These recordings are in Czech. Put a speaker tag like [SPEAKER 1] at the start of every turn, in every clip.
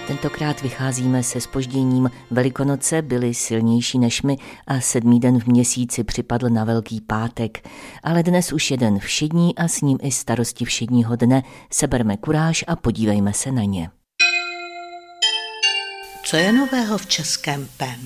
[SPEAKER 1] Tentokrát vycházíme se zpožděním. Velikonoce byly silnější než my a 7. den v měsíci připadl na Velký pátek. Ale dnes už je den všední a s ním i starosti všedního dne. Seberme kuráž a podívejme se na ně.
[SPEAKER 2] Co je nového v českém PEN?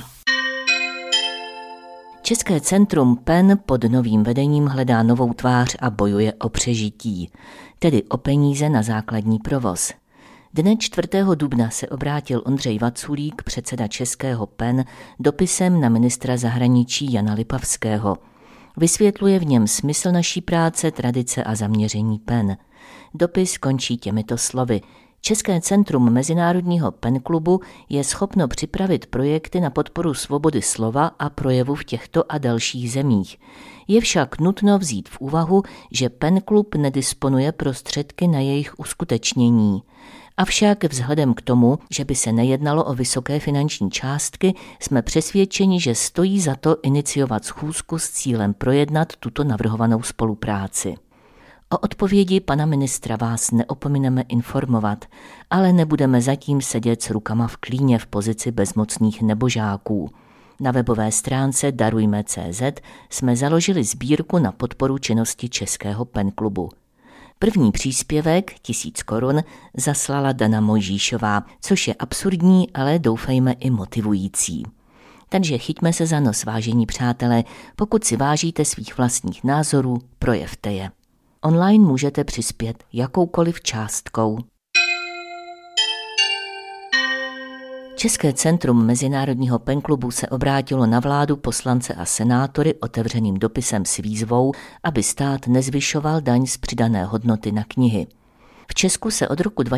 [SPEAKER 1] České centrum PEN pod novým vedením hledá novou tvář a bojuje o přežití, tedy o peníze na základní provoz. Dne 4. dubna se obrátil Ondřej Vaculík, předseda českého PEN, dopisem na ministra zahraničí Jana Lipavského. Vysvětluje v něm smysl naší práce, tradice a zaměření PEN. Dopis končí těmito slovy. České centrum Mezinárodního PEN klubu je schopno připravit projekty na podporu svobody slova a projevu v těchto a dalších zemích. Je však nutno vzít v úvahu, že PEN klub nedisponuje prostředky na jejich uskutečnění. Avšak vzhledem k tomu, že by se nejednalo o vysoké finanční částky, jsme přesvědčeni, že stojí za to iniciovat schůzku s cílem projednat tuto navrhovanou spolupráci. O odpovědi pana ministra vás neopomineme informovat, ale nebudeme zatím sedět s rukama v klíně v pozici bezmocných nebožáků. Na webové stránce darujme.cz jsme založili sbírku na podporu činnosti Českého PEN klubu. První příspěvek, 1000 korun, zaslala Dana Mojžíšová, což je absurdní, ale doufejme i motivující. Takže chyťme se za nos, vážení přátelé, pokud si vážíte svých vlastních názorů, projevte je. Online můžete přispět jakoukoliv částkou. České centrum Mezinárodního PEN klubu se obrátilo na vládu, poslance a senátory otevřeným dopisem s výzvou, aby stát nezvyšoval daň z přidané hodnoty na knihy. V Česku se od roku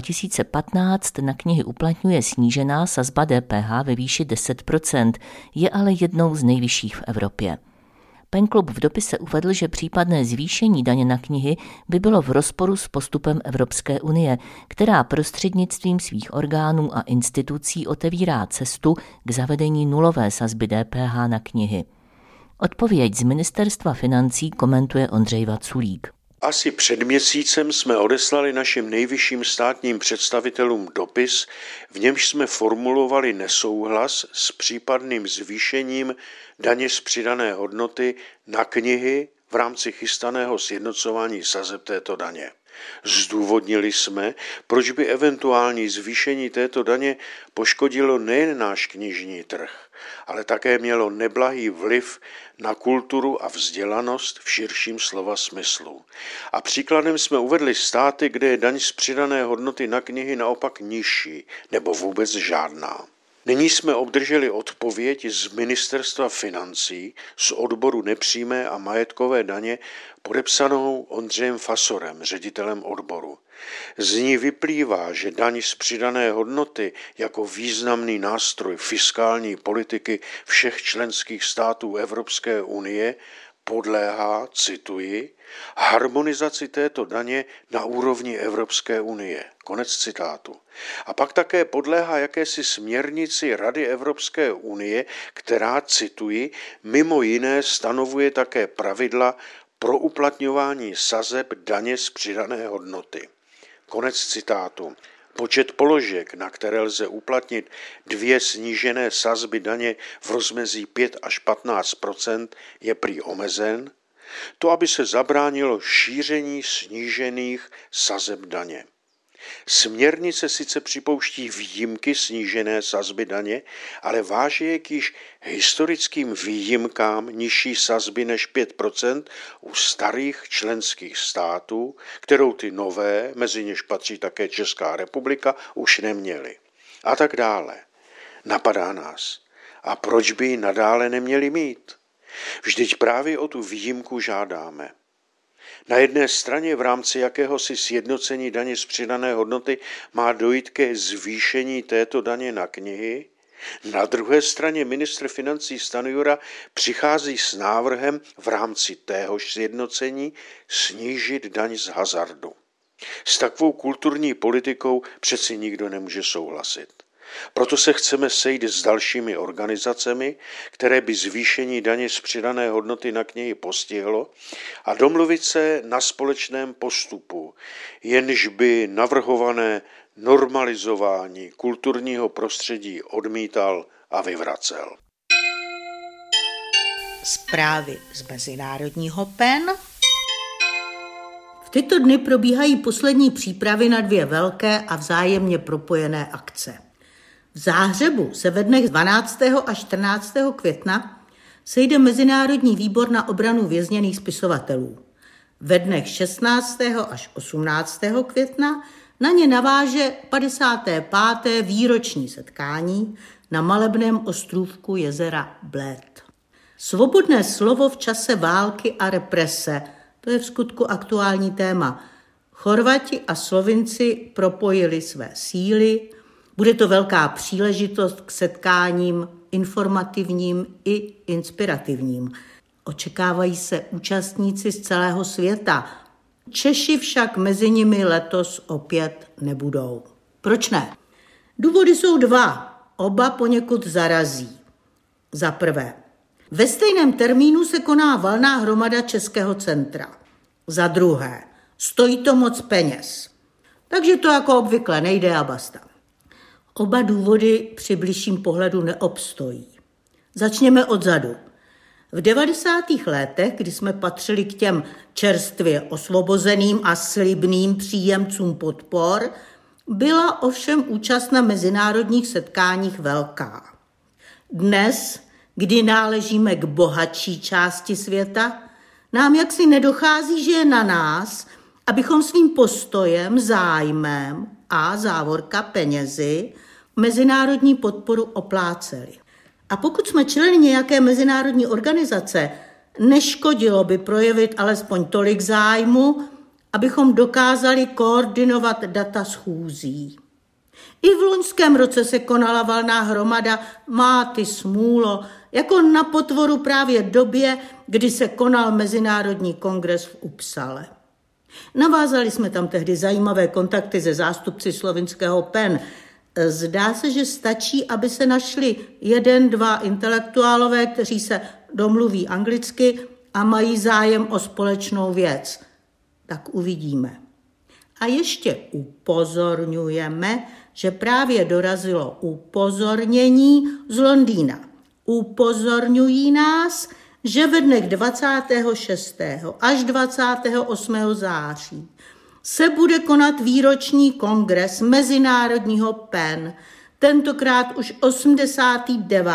[SPEAKER 1] 2015 na knihy uplatňuje snížená sazba DPH ve výši 10%, je ale jednou z nejvyšších v Evropě. PEN klub v dopise uvedl, že případné zvýšení daně na knihy by bylo v rozporu s postupem Evropské unie, která prostřednictvím svých orgánů a institucí otevírá cestu k zavedení nulové sazby DPH na knihy. Odpověď z Ministerstva financí komentuje Ondřej Vaculík.
[SPEAKER 3] Asi před měsícem jsme odeslali našim nejvyšším státním představitelům dopis, v němž jsme formulovali nesouhlas s případným zvýšením daně z přidané hodnoty na knihy v rámci chystaného sjednocování sazeb této daně. Zdůvodnili jsme, proč by eventuální zvýšení této daně poškodilo nejen náš knižní trh, ale také mělo neblahý vliv na kulturu a vzdělanost v širším slova smyslu. A příkladem jsme uvedli státy, kde je daň z přidané hodnoty na knihy naopak nižší nebo vůbec žádná. Nyní jsme obdrželi odpověď z Ministerstva financí z odboru nepřímé a majetkové daně podepsanou Ondřejem Fasorem, ředitelem odboru. Z ní vyplývá, že daň z přidané hodnoty jako významný nástroj fiskální politiky všech členských států Evropské unie podléhá, cituji, harmonizaci této daně na úrovni Evropské unie. Konec citátu. A pak také podléhá jakési směrnici Rady Evropské unie, která, cituji, mimo jiné stanovuje také pravidla pro uplatňování sazeb daně z přidané hodnoty. Konec citátu. Počet položek, na které lze uplatnit 2 snížené sazby daně v rozmezí 5 až 15%, je prý omezen, to aby se zabránilo šíření snížených sazeb daně. Směrnice sice připouští výjimky snížené sazby daně, ale váže je k již historickým výjimkám nižší sazby než 5% u starých členských států, kterou ty nové, mezi něž patří také Česká republika, už neměly. A tak dále. Napadá nás. A proč by ji nadále neměli mít? Vždyť právě o tu výjimku žádáme. Na jedné straně v rámci jakéhosi sjednocení daně z přidané hodnoty má dojít ke zvýšení této daně na knihy, na druhé straně ministr financí Stanjura přichází s návrhem v rámci téhož sjednocení snížit daň z hazardu. S takovou kulturní politikou přeci nikdo nemůže souhlasit. Proto se chceme sejít s dalšími organizacemi, které by zvýšení daně z přidané hodnoty na knihy postihlo, a domluvit se na společném postupu, jenž by navrhované normalizování kulturního prostředí odmítal a vyvracel.
[SPEAKER 2] Zprávy z Mezinárodního PEN. V tyto dny probíhají poslední přípravy na 2 velké a vzájemně propojené akce. V Záhřebu se ve dnech 12. a 14. května sejde Mezinárodní výbor na obranu vězněných spisovatelů. Ve dnech 16. až 18. května na ně naváže 55. výroční setkání na malebném ostrůvku jezera Bled. Svobodné slovo v čase války a represe, to je vskutku aktuální téma. Chorvati a Slovinci propojili své síly. Bude to velká příležitost k setkáním informativním i inspirativním. Očekávají se účastníci z celého světa. Češi však mezi nimi letos opět nebudou. Proč ne? Důvody jsou 2, oba poněkud zarazí. Za prvé, ve stejném termínu se koná valná hromada Českého centra. Za druhé, stojí to moc peněz. Takže to jako obvykle nejde a basta. Oba důvody při bližším pohledu neobstojí. Začněme odzadu. V 90. letech, kdy jsme patřili k těm čerstvě osvobozeným a slibným příjemcům podpor, byla ovšem účast na mezinárodních setkáních velká. Dnes, kdy náležíme k bohatší části světa, nám jaksi nedochází, že je na nás, abychom svým postojem, zájmem a závorka penězi mezinárodní podporu opláceli. A pokud jsme členy nějaké mezinárodní organizace, neškodilo by projevit alespoň tolik zájmu, abychom dokázali koordinovat data schůzí. I v loňském roce se konala valná hromada, má ty smůlo, jako na potvoru právě době, kdy se konal Mezinárodní kongres v Uppsale. Navázali jsme tam tehdy zajímavé kontakty se zástupci slovinského PEN. Zdá se, že stačí, aby se našli 1-2 intelektuálové, kteří se domluví anglicky a mají zájem o společnou věc. Tak uvidíme. A ještě upozorňujeme, že právě dorazilo upozornění z Londýna. Upozorňují nás, že ve dnech 26. až 28. září se bude konat výroční kongres Mezinárodního PEN, tentokrát už 89.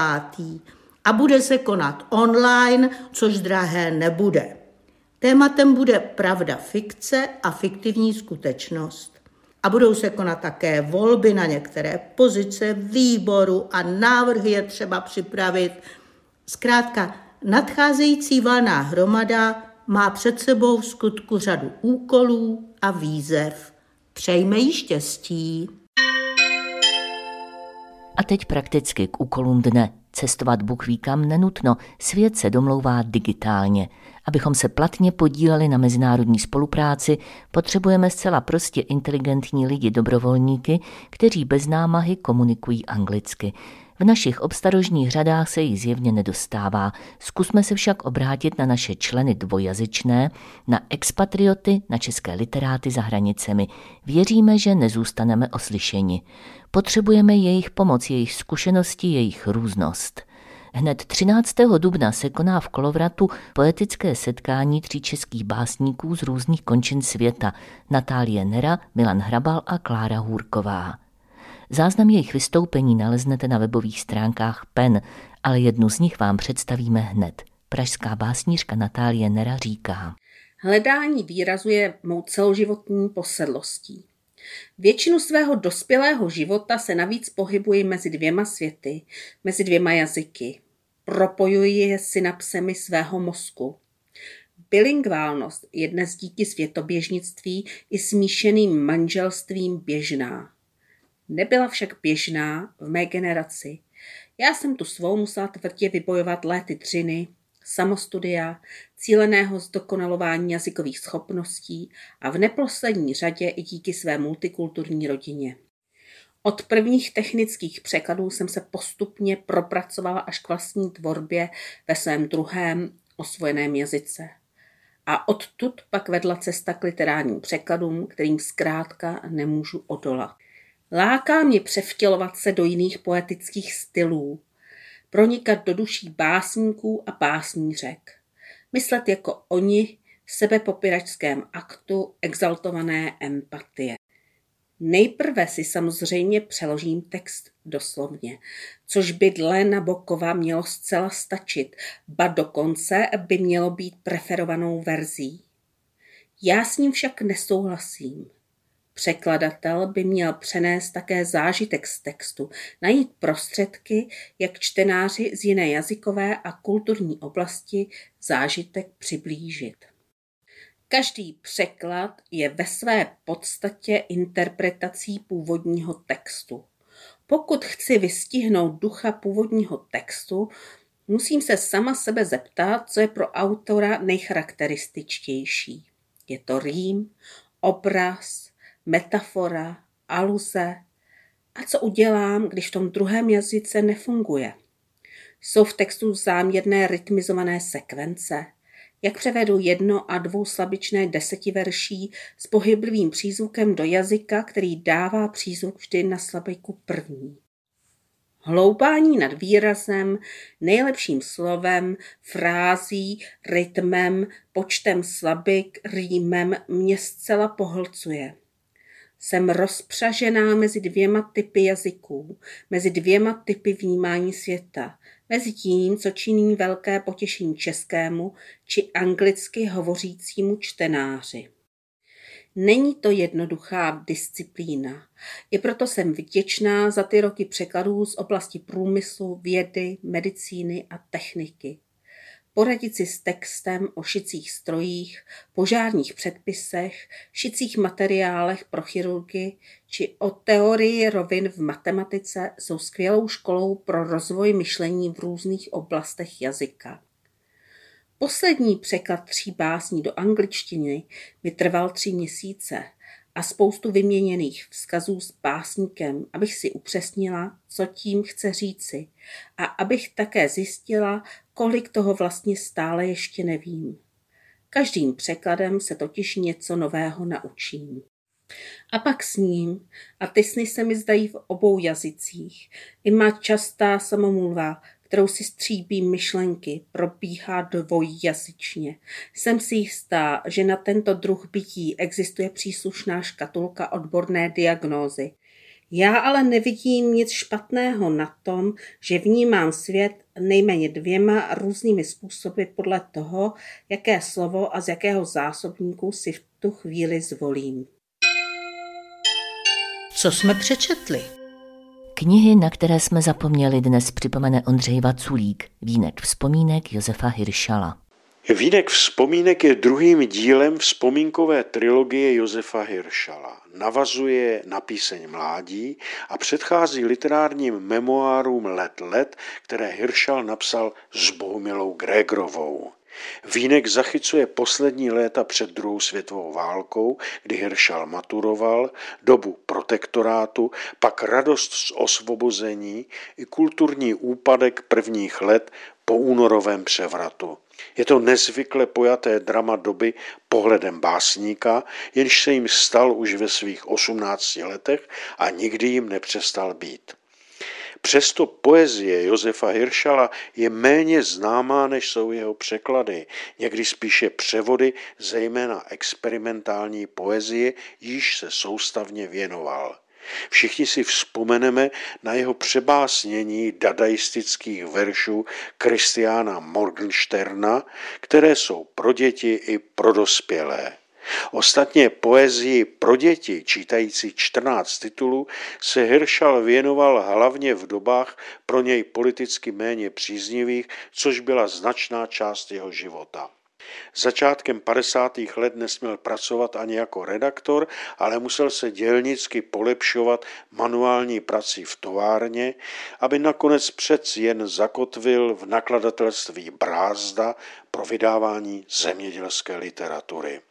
[SPEAKER 2] a bude se konat online, což drahé nebude. Tématem bude pravda fikce a fiktivní skutečnost. A budou se konat také volby na některé pozice výboru a návrhy je třeba připravit. Zkrátka, nadcházející valná hromada má před sebou v skutku řadu úkolů a výzev. Přejme jí štěstí.
[SPEAKER 1] A teď prakticky k úkolům dne. Cestovat Bůh ví kam nenutno, svět se domlouvá digitálně. Abychom se platně podíleli na mezinárodní spolupráci, potřebujeme zcela prostě inteligentní lidi, dobrovolníky, kteří bez námahy komunikují anglicky. V našich obstarožních řadách se jí zjevně nedostává. Zkusme se však obrátit na naše členy dvojjazyčné, na expatrioty, na české literáty za hranicemi. Věříme, že nezůstaneme oslyšeni. Potřebujeme jejich pomoc, jejich zkušenosti, jejich různost. Hned 13. dubna se koná v Kolovratu poetické setkání 3 českých básníků z různých končin světa, Natálie Nera, Milan Hrabal a Klára Hůrková. Záznam jejich vystoupení naleznete na webových stránkách PEN, ale jednu z nich vám představíme hned. Pražská básnířka Natálie Nera říká:
[SPEAKER 4] Hledání výrazu je mou celoživotní posedlostí. Většinu svého dospělého života se navíc pohybuji mezi 2 světy, mezi 2 jazyky. Propojuji je synapsemi svého mozku. Bilingválnost je dnes díky světoběžnictví i smíšeným manželstvím běžná. Nebyla však běžná v mé generaci. Já jsem tu svou musela tvrdě vybojovat léty dřiny, samostudia, cíleného zdokonalování jazykových schopností a v neposlední řadě i díky své multikulturní rodině. Od prvních technických překladů jsem se postupně propracovala až k vlastní tvorbě ve svém druhém osvojeném jazyce. A odtud pak vedla cesta k literárním překladům, kterým zkrátka nemůžu odolat. Láká mě převtělovat se do jiných poetických stylů, pronikat do duší básníků a básnířek, myslet jako oni v sebepopiračském aktu exaltované empatie. Nejprve si samozřejmě přeložím text doslovně, což by dle Nabokova mělo zcela stačit, ba dokonce by mělo být preferovanou verzí. Já s ním však nesouhlasím. Překladatel by měl přenést také zážitek z textu, najít prostředky, jak čtenáři z jiné jazykové a kulturní oblasti zážitek přiblížit. Každý překlad je ve své podstatě interpretací původního textu. Pokud chci vystihnout ducha původního textu, musím se sama sebe zeptat, co je pro autora nejcharakterističtější. Je to rým, obraz, metafora, aluze. A co udělám, když v tom druhém jazyce nefunguje? Jsou v textu záměrné rytmizované sekvence? Jak převedu 1 a 2 slabičné desetiverší s pohyblivým přízvukem do jazyka, který dává přízvuk vždy na slabiku první? Hloubání nad výrazem, nejlepším slovem, frází, rytmem, počtem slabik, rýmem mě zcela pohlcuje. Jsem rozpřažená mezi 2 typy jazyků, mezi 2 typy vnímání světa, mezi tím, co činí velké potěšení českému či anglicky hovořícímu čtenáři. Není to jednoduchá disciplína. I proto jsem vděčná za ty roky překladů z oblasti průmyslu, vědy, medicíny a techniky. Poradit si s textem o šicích strojích, požárních předpisech, šicích materiálech pro chirurgy či o teorii rovin v matematice jsou skvělou školou pro rozvoj myšlení v různých oblastech jazyka. Poslední překlad 3 básní do angličtiny mi trval 3 měsíce a spoustu vyměněných vzkazů s básníkem, abych si upřesnila, co tím chce říci a abych také zjistila, kolik toho vlastně stále ještě nevím. Každým překladem se totiž něco nového naučím. A pak s ním, a ty sny se mi zdají v obou jazycích, i má častá samomluva, kterou si stříbím myšlenky, probíhá dvojjazyčně. Jsem si jistá, že na tento druh bytí existuje příslušná škatulka odborné diagnózy. Já ale nevidím nic špatného na tom, že vnímám svět nejméně 2 různými způsoby podle toho, jaké slovo a z jakého zásobníku si v tu chvíli zvolím.
[SPEAKER 2] Co jsme přečetli?
[SPEAKER 1] Knihy, na které jsme zapomněli, dnes připomene Ondřej Vaculík, Vínek vzpomínek Josefa Hiršala.
[SPEAKER 3] Vínek vzpomínek je druhým dílem vzpomínkové trilogie Josefa Hiršala. Navazuje na Píseň mládí a předchází literárním memoárům Let, které Hiršal napsal s Bohumilou Grégorovou. Vínek zachycuje poslední léta před druhou světovou válkou, kdy Hiršal maturoval, dobu protektorátu, pak radost z osvobození i kulturní úpadek prvních let po únorovém převratu. Je to nezvykle pojaté drama doby pohledem básníka, jenž se jim stal už ve svých 18 letech a nikdy jim nepřestal být. Přesto poezie Josefa Hiršala je méně známá, než jsou jeho překlady, někdy spíše převody, zejména experimentální poezie, již se soustavně věnoval. Všichni si vzpomeneme na jeho přebásnění dadaistických veršů Christiana Morgensterna, které jsou pro děti i pro dospělé. Ostatně poezii pro děti, čítající 14 titulů, se Hiršal věnoval hlavně v dobách pro něj politicky méně příznivých, což byla značná část jeho života. Začátkem 50. let nesměl pracovat ani jako redaktor, ale musel se dělnicky polepšovat manuální prací v továrně, aby nakonec přec jen zakotvil v nakladatelství Brázda pro vydávání zemědělské literatury.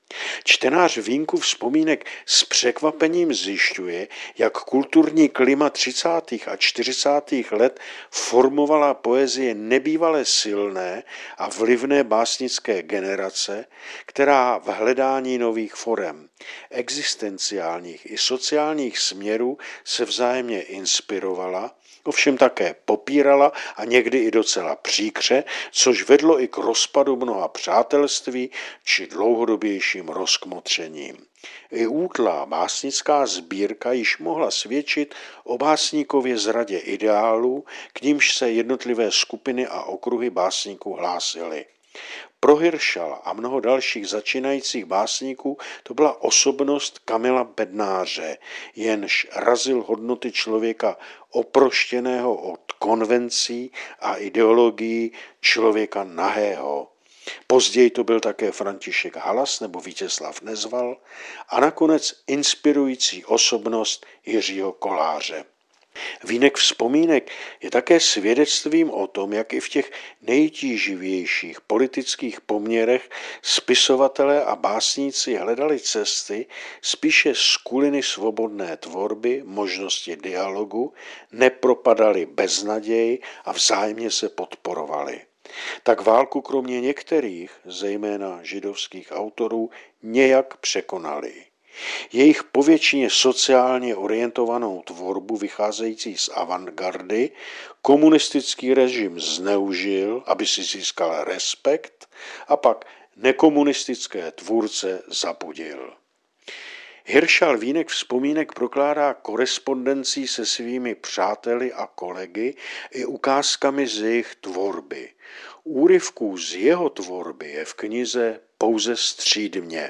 [SPEAKER 3] Čtenář Vínkův vzpomínek s překvapením zjišťuje, jak kulturní klima 30. a 40. let formovala poezie nebývale silné a vlivné básnické generace, která v hledání nových forem, existenciálních i sociálních směrů se vzájemně inspirovala, ovšem také popírala a někdy i docela příkře, což vedlo i k rozpadu mnoha přátelství či dlouhodobějším rozkmotřením. I útlá básnická sbírka již mohla svědčit o básníkově zradě ideálů, k nímž se jednotlivé skupiny a okruhy básníků hlásily. Pro Hiršala a mnoho dalších začínajících básníků to byla osobnost Kamila Bednáře, jenž razil hodnoty člověka oproštěného od konvencí a ideologií člověka nahého. Později to byl také František Halas nebo Vítězslav Nezval a nakonec inspirující osobnost Jiřího Koláře. Vínek vzpomínek je také svědectvím o tom, jak i v těch nejtíživějších politických poměrech spisovatelé a básníci hledali cesty spíše z kuliny svobodné tvorby, možnosti dialogu, nepropadali beznaději a vzájemně se podporovali. Tak válku kromě některých, zejména židovských autorů, nějak překonali. Jejich povětšině sociálně orientovanou tvorbu vycházející z avantgardy komunistický režim zneužil, aby si získal respekt, a pak nekomunistické tvůrce zabudil. Hiršal Vínek vzpomínek prokládá korespondencí se svými přáteli a kolegy i ukázkami z jejich tvorby. Úryvků z jeho tvorby je v knize pouze střídmě.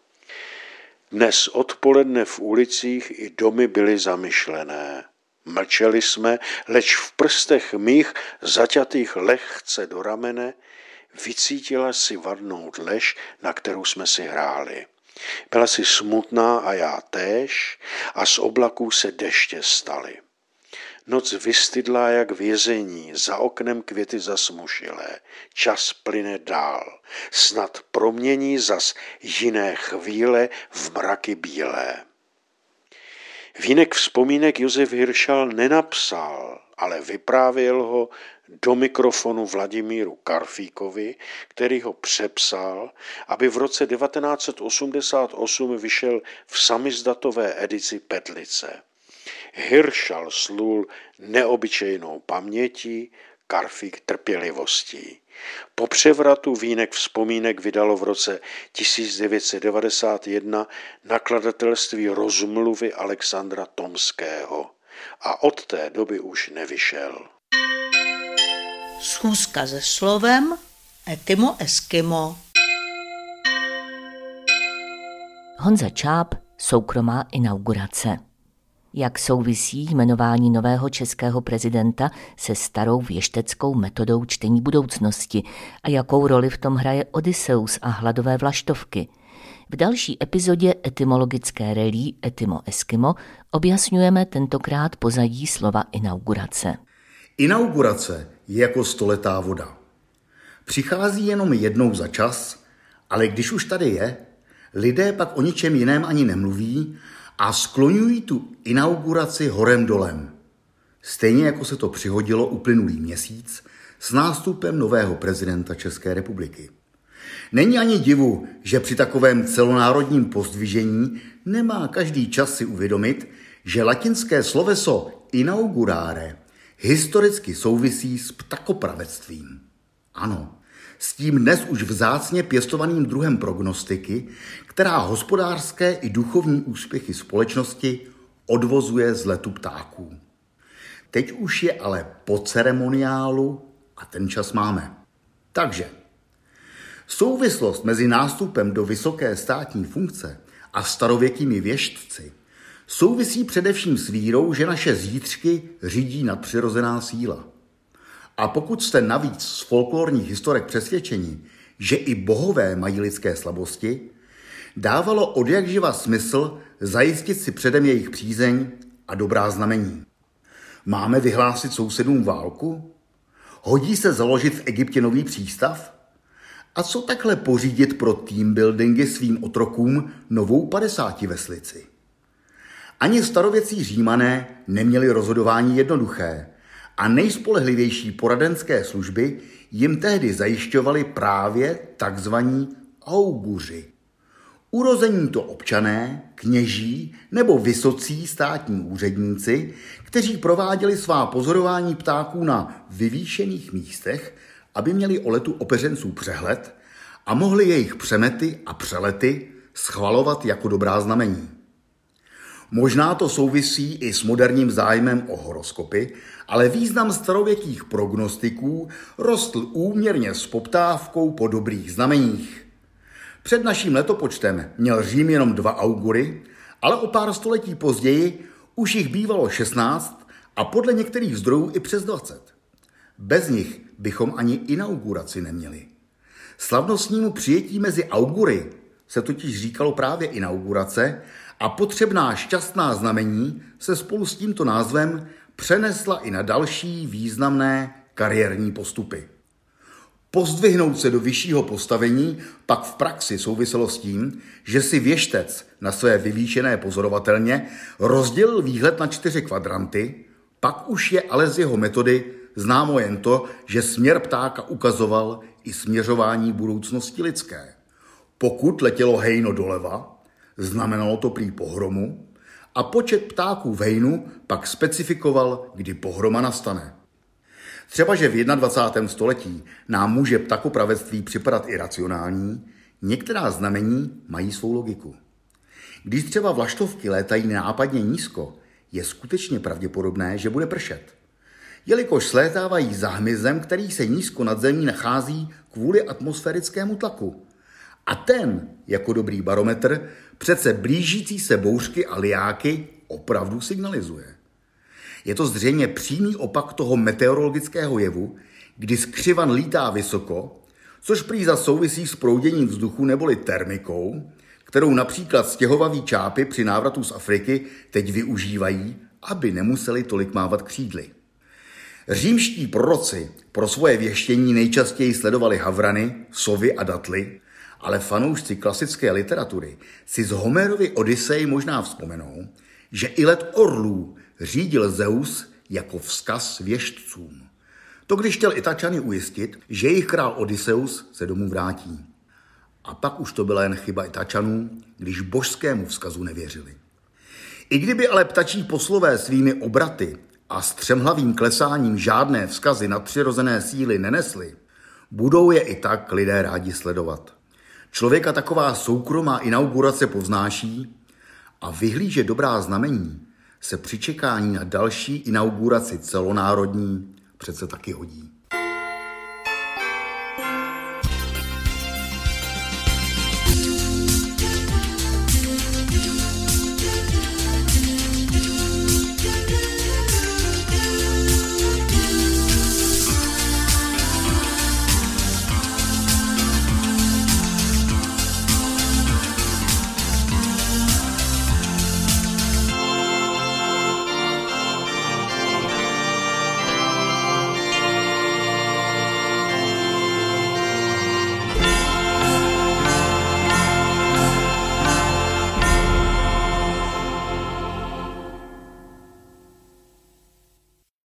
[SPEAKER 3] Dnes odpoledne v ulicích i domy byly zamyšlené. Mlčeli jsme, leč v prstech mých, zaťatých lehce do ramene, vycítila si vadnout lež, na kterou jsme si hráli. Byla si smutná a já též a z oblaků se deště staly. Noc vystydlá jak vězení, za oknem květy zasmušilé, čas plyne dál, snad promění zas jiné chvíle v mraky bílé. Vínek vzpomínek Josef Hiršal nenapsal, ale vyprávěl ho do mikrofonu Vladimíru Karfíkovi, který ho přepsal, aby v roce 1988 vyšel v samizdatové edici Petlice. Hiršal slul neobyčejnou pamětí, Karfík trpělivostí. Po převratu Vínek vzpomínek vydalo v roce 1991 nakladatelství Rozmluvy Alexandra Tomského a od té doby už nevyšel.
[SPEAKER 2] Schůzka se slovem Etimo Eskimo.
[SPEAKER 1] Honza Čáp, soukromá inaugurace. Jak souvisí jmenování nového českého prezidenta se starou věšteckou metodou čtení budoucnosti a jakou roli v tom hraje Odysseus a hladové vlaštovky? V další epizodě etymologické relí Etimo Eskimo objasňujeme tentokrát pozadí slova inaugurace.
[SPEAKER 5] Inaugurace je jako stoletá voda. Přichází jenom jednou za čas, ale když už tady je, lidé pak o ničem jiném ani nemluví a skloňují tu inauguraci horem dolem. Stejně jako se to přihodilo uplynulý měsíc s nástupem nového prezidenta České republiky. Není ani divu, že při takovém celonárodním pozdvižení nemá každý čas si uvědomit, že latinské sloveso inaugurare historicky souvisí s ptakopravectvím. Ano, s tím dnes už vzácně pěstovaným druhem prognostiky, která hospodářské i duchovní úspěchy společnosti odvozuje z letu ptáků. Teď už je ale po ceremoniálu a ten čas máme. Takže souvislost mezi nástupem do vysoké státní funkce a starověkými věštci souvisí především s vírou, že naše zítřky řídí nadpřirozená síla. A pokud jste navíc z folklorních historek přesvědčení, že i bohové mají lidské slabosti, dávalo odjakživa smysl zajistit si předem jejich přízeň a dobrá znamení. Máme vyhlásit sousedům válku? Hodí se založit v Egyptě nový přístav? A co takhle pořídit pro team buildingy svým otrokům novou 50 veslici? Ani starověcí Římané neměli rozhodování jednoduché a nejspolehlivější poradenské služby jim tehdy zajišťovali právě takzvaní auguři. Urození to občané, kněží nebo vysocí státní úředníci, kteří prováděli svá pozorování ptáků na vyvýšených místech, aby měli o letu opeřenců přehled a mohli jejich přemety a přelety schvalovat jako dobrá znamení. Možná to souvisí i s moderním zájmem o horoskopy, ale význam starověkých prognostiků rostl úměrně s poptávkou po dobrých znameních. Před naším letopočtem měl Řím jenom 2 augury, ale o pár století později už jich bývalo 16 a podle některých zdrojů i přes 20. Bez nich bychom ani inauguraci neměli. Slavnostnímu přijetí mezi augury se totiž říkalo právě inaugurace a potřebná šťastná znamení se spolu s tímto názvem přenesla i na další významné kariérní postupy. Pozdvihnout se do vyššího postavení pak v praxi souviselo s tím, že si věštec na své vyvýšené pozorovatelně rozdělil výhled na 4 kvadranty, pak už je ale z jeho metody známo jen to, že směr ptáka ukazoval i směřování budoucnosti lidské. Pokud letělo hejno doleva, znamenalo to prý pohromu a počet ptáků v hejnu pak specifikoval, kdy pohroma nastane. Třeba, že v 21. století nám může ptakopravectví připadat iracionální, některá znamení mají svou logiku. Když třeba vlaštovky létají nenápadně nízko, je skutečně pravděpodobné, že bude pršet. Jelikož slétávají za hmyzem, který se nízko nad zemí nachází kvůli atmosférickému tlaku. A ten, jako dobrý barometr, přece blížící se bouřky a liáky opravdu signalizuje. Je to zřejmě přímý opak toho meteorologického jevu, kdy skřivan lítá vysoko, což prý souvisí s prouděním vzduchu neboli termikou, kterou například stěhovaví čápy při návratu z Afriky teď využívají, aby nemuseli tolik mávat křídly. Římští proroci pro svoje věštění nejčastěji sledovali havrany, sovy a datly, ale fanoušci klasické literatury si z Homerovy Odysej možná vzpomenou, že i let orlů řídil Zeus jako vzkaz věštcům. To když chtěl Itačany ujistit, že jejich král Odysseus se domů vrátí. A pak už to byla jen chyba Itačanů, když božskému vzkazu nevěřili. I kdyby ale ptačí poslové svými obraty a střemhlavým klesáním žádné vzkazy nadpřirozené síly nenesly, budou je i tak lidé rádi sledovat. Člověka taková soukromá inaugurace povznáší a vyhlíže dobrá znamení se při čekání na další inauguraci celonárodní přece taky hodí.